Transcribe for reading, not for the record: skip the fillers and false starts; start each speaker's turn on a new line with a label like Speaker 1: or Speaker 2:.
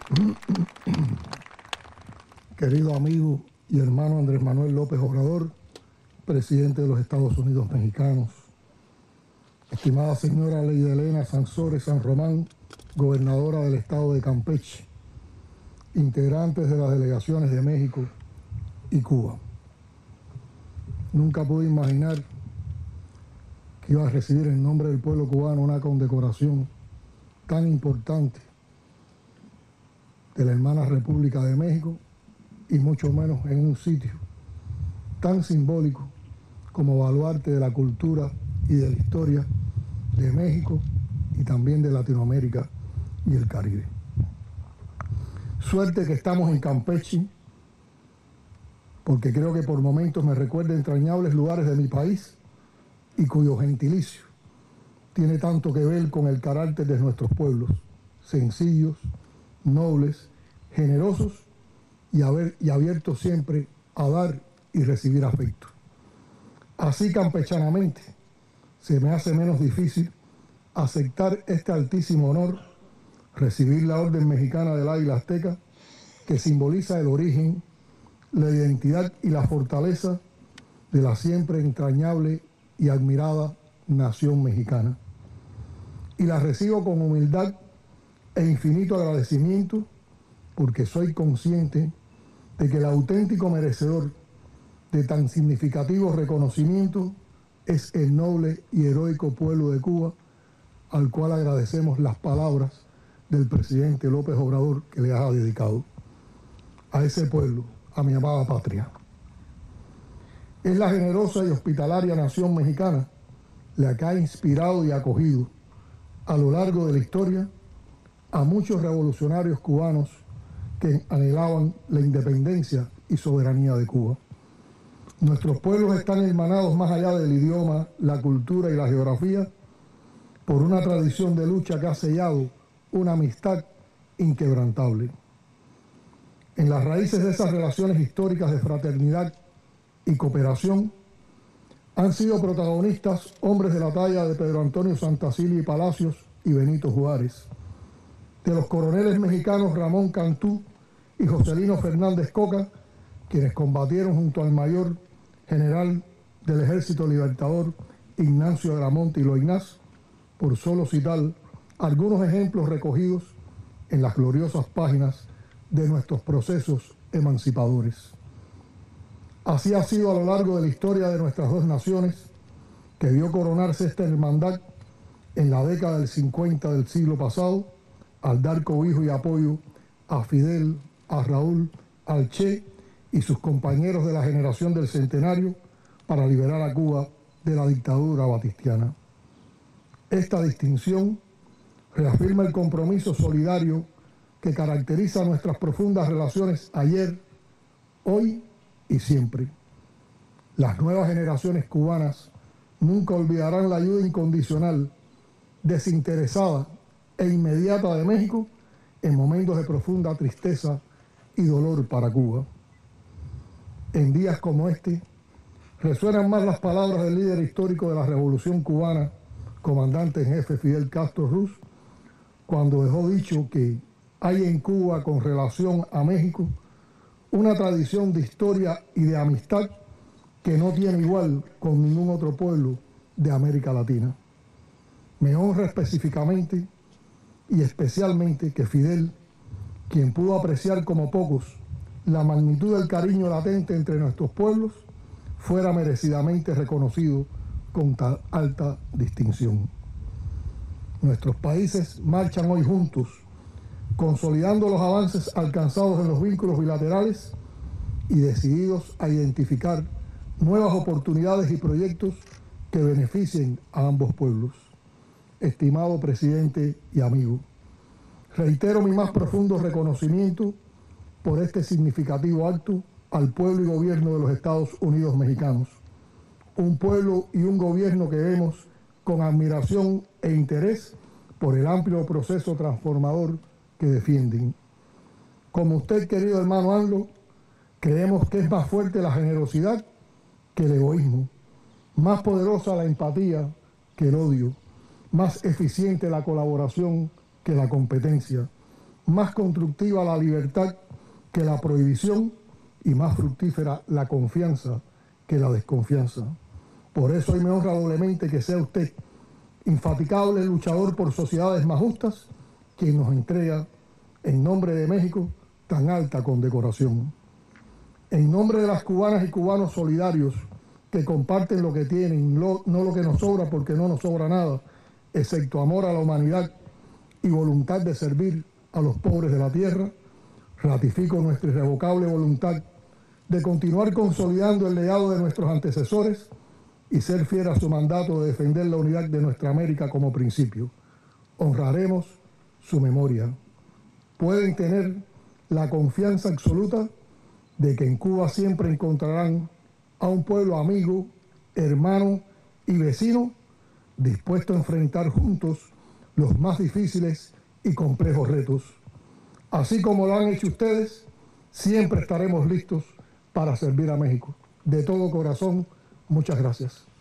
Speaker 1: Querido amigo y hermano Andrés Manuel López Obrador, presidente de los Estados Unidos mexicanos, estimada señora Leida Elena Sansores San Román, gobernadora del estado de Campeche, integrantes de las delegaciones de México y Cuba. Nunca pude imaginar que iba a recibir en nombre del pueblo cubano una condecoración tan importante de la hermana República de México, y mucho menos en un sitio tan simbólico como baluarte de la cultura y de la historia de México y también de Latinoamérica y el Caribe. Suerte que estamos en Campeche, porque creo que por momentos me recuerda entrañables lugares de mi país y cuyo gentilicio tiene tanto que ver con el carácter de nuestros pueblos, sencillos, nobles, generosos y abiertos siempre a dar y recibir afecto. Así campechanamente se me hace menos difícil aceptar este altísimo honor, recibir la Orden Mexicana del Águila Azteca, que simboliza el origen, la identidad y la fortaleza de la siempre entrañable y admirada nación mexicana. Y la recibo con humildad e infinito agradecimiento, porque soy consciente de que el auténtico merecedor de tan significativo reconocimiento es el noble y heroico pueblo de Cuba, al cual agradecemos las palabras del presidente López Obrador que le ha dedicado. A ese pueblo, a mi amada patria. Es la generosa y hospitalaria nación mexicana la que ha inspirado y acogido a lo largo de la historia a muchos revolucionarios cubanos que anhelaban la independencia y soberanía de Cuba. Nuestros pueblos están hermanados más allá del idioma, la cultura y la geografía por una tradición de lucha que ha sellado una amistad inquebrantable. En las raíces de esas relaciones históricas de fraternidad y cooperación han sido protagonistas hombres de la talla de Pedro Antonio Santacili y Palacios y Benito Juárez, de los coroneles mexicanos Ramón Cantú y Joselino Fernández Coca, quienes combatieron junto al mayor general del Ejército Libertador Ignacio Agramonte y Loynaz, por solo citar algunos ejemplos recogidos en las gloriosas páginas de nuestros procesos emancipadores. Así ha sido a lo largo de la historia de nuestras dos naciones, que vio coronarse esta hermandad en la década del 50 del siglo pasado, al dar cobijo y apoyo a Fidel, a Raúl, al Che y sus compañeros de la generación del Centenario para liberar a Cuba de la dictadura batistiana. Esta distinción reafirma el compromiso solidario que caracteriza nuestras profundas relaciones ayer, hoy y siempre. Las nuevas generaciones cubanas nunca olvidarán la ayuda incondicional, desinteresada e inmediata de México en momentos de profunda tristeza y dolor para Cuba. En días como este, resuenan más las palabras del líder histórico de la Revolución Cubana, comandante en jefe Fidel Castro Ruz, cuando dejó dicho que hay en Cuba, con relación a México, una tradición de historia y de amistad que no tiene igual con ningún otro pueblo de América Latina. Me honra específicamente y especialmente que Fidel, quien pudo apreciar como pocos la magnitud del cariño latente entre nuestros pueblos, fuera merecidamente reconocido con tan alta distinción. Nuestros países marchan hoy juntos, consolidando los avances alcanzados en los vínculos bilaterales y decididos a identificar nuevas oportunidades y proyectos que beneficien a ambos pueblos. Estimado presidente y amigo, reitero mi más profundo reconocimiento por este significativo acto al pueblo y gobierno de los Estados Unidos mexicanos, un pueblo y un gobierno que vemos con admiración e interés por el amplio proceso transformador que defienden. Como usted, querido hermano AMLO, creemos que es más fuerte la generosidad que el egoísmo, más poderosa la empatía que el odio, más eficiente la colaboración que la competencia, más constructiva la libertad que la prohibición y más fructífera la confianza que la desconfianza. Por eso hoy me honra doblemente que sea usted, infatigable luchador por sociedades más justas, quien nos entrega, en nombre de México, tan alta condecoración. En nombre de las cubanas y cubanos solidarios que comparten lo que tienen, no lo que nos sobra, porque no nos sobra nada, excepto amor a la humanidad y voluntad de servir a los pobres de la tierra, ratifico nuestra irrevocable voluntad de continuar consolidando el legado de nuestros antecesores y ser fiel a su mandato de defender la unidad de nuestra América como principio. Honraremos su memoria. Pueden tener la confianza absoluta de que en Cuba siempre encontrarán a un pueblo amigo, hermano y vecino, dispuesto a enfrentar juntos los más difíciles y complejos retos. Así como lo han hecho ustedes, siempre estaremos listos para servir a México. De todo corazón, muchas gracias.